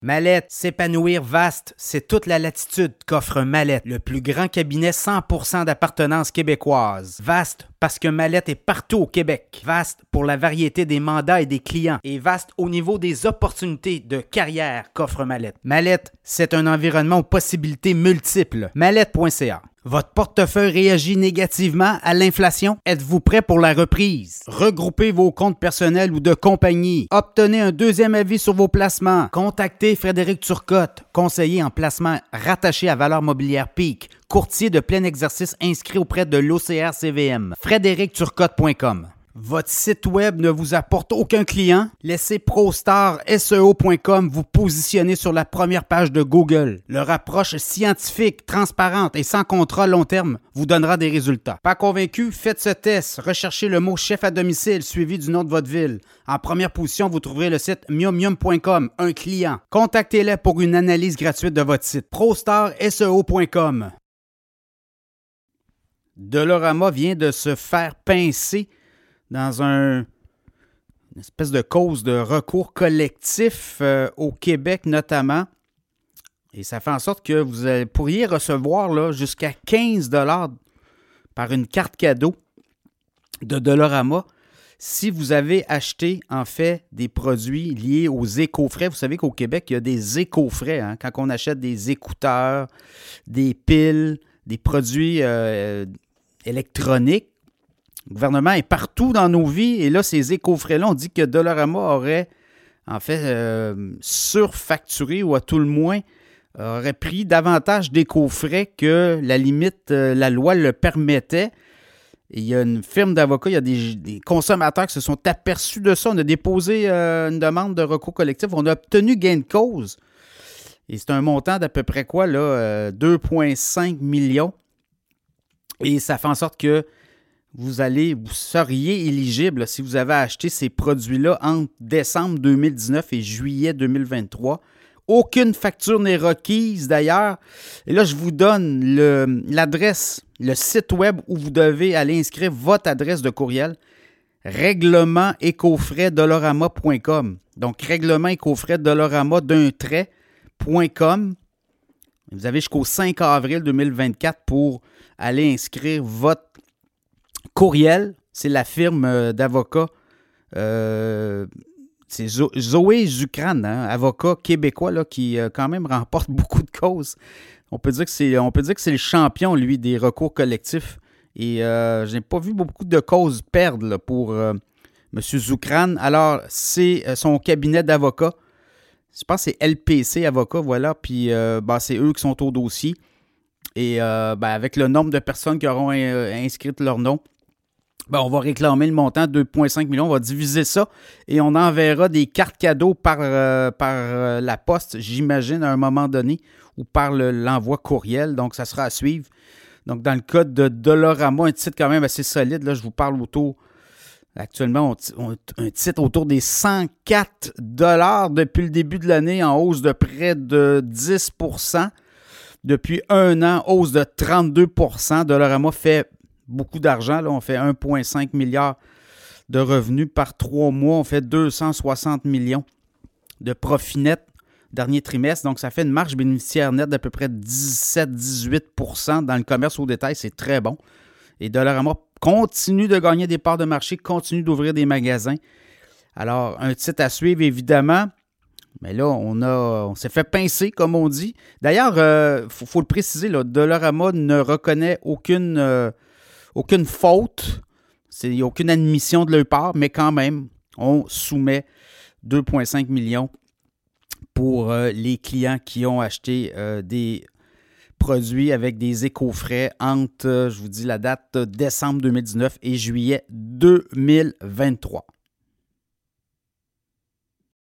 Mallette, s'épanouir vaste, c'est toute la latitude qu'offre Mallette, le plus grand cabinet 100% d'appartenance québécoise. Vaste parce que Mallette est partout au Québec. Vaste pour la variété des mandats et des clients. Et vaste au niveau des opportunités de carrière qu'offre Mallette. Mallette, c'est un environnement aux possibilités multiples. Mallette.ca. Votre portefeuille réagit négativement à l'inflation? Êtes-vous prêt pour la reprise? Regroupez vos comptes personnels ou de compagnie. Obtenez un deuxième avis sur vos placements. Contactez Frédéric Turcotte, conseiller en placement rattaché à Valeurs Mobilières Peak, courtier de plein exercice inscrit auprès de l'OCR-CVM. FrédéricTurcotte.com. Votre site web ne vous apporte aucun client? Laissez ProStarSEO.com vous positionner sur la première page de Google. Leur approche scientifique, transparente et sans contrat long terme vous donnera des résultats. Pas convaincu? Faites ce test. Recherchez le mot chef à domicile suivi du nom de votre ville. En première position, vous trouverez le site miumium.com, un client. Contactez-les pour une analyse gratuite de votre site. ProStarSEO.com. Dollarama vient de se faire pincer dans une espèce de cause de recours collectif au Québec notamment. Et ça fait en sorte que vous pourriez recevoir là, jusqu'à 15 $ par une carte cadeau de Dollarama si vous avez acheté en fait des produits liés aux éco-frais. Vous savez qu'au Québec, il y a des éco-frais. Hein, quand on achète des écouteurs, des piles, des produits électroniques. Le gouvernement est partout dans nos vies et là, ces éco-frais-là, on dit que Dollarama aurait en fait surfacturé ou à tout le moins aurait pris davantage d'éco-frais que la limite, la loi le permettait. Et il y a une firme d'avocats, il y a des consommateurs qui se sont aperçus de ça. On a déposé une demande de recours collectif. On a obtenu gain de cause. Et c'est un montant d'à peu près quoi, là, 2,5 millions. Et ça fait en sorte que vous seriez éligible si vous avez acheté ces produits-là entre décembre 2019 et juillet 2023. Aucune facture n'est requise d'ailleurs. Et là, je vous donne l'adresse, le site web où vous devez aller inscrire votre adresse de courriel. Règlement-écofrais-dollarama.com. Donc, règlement-écofrais-dollarama.com. Vous avez jusqu'au 5 avril 2024 pour aller inscrire votre courriel. C'est la firme d'avocats. C'est Zoé Zucran, hein, avocat québécois là, qui quand même remporte beaucoup de causes. On peut dire que c'est le champion, lui, des recours collectifs. Et je n'ai pas vu beaucoup de causes perdre là, pour M. Zucran. Alors, c'est son cabinet d'avocats. Je pense que c'est LPC Avocat, voilà. Puis, c'est eux qui sont au dossier. Et avec le nombre de personnes qui auront inscrit leur nom, on va réclamer le montant de 2,5 millions. On va diviser ça et on enverra des cartes cadeaux par la poste, j'imagine, à un moment donné, ou par l'envoi courriel. Donc, ça sera à suivre. Donc, dans le cas de Dollarama, un titre quand même assez solide. Là, je vous parle actuellement, un titre autour des 104 $ depuis le début de l'année, en hausse de près de 10 %. Depuis un an, hausse de 32 %. Dollarama fait beaucoup d'argent. Là, on fait 1,5 milliard de revenus par 3 mois. On fait 260 millions de profit net dernier trimestre. Donc, ça fait une marge bénéficiaire nette d'à peu près 17-18 % dans le commerce au détail. C'est très bon. Et Dollarama continue de gagner des parts de marché, continue d'ouvrir des magasins. Alors, un titre à suivre, évidemment. Mais là, on s'est fait pincer, comme on dit. D'ailleurs, faut le préciser, là, Dollarama ne reconnaît aucune faute. Il n'y a aucune admission de leur part, mais quand même, on soumet 2,5 millions pour les clients qui ont acheté des produits avec des éco-frais entre, je vous dis la date, décembre 2019 et juillet 2023.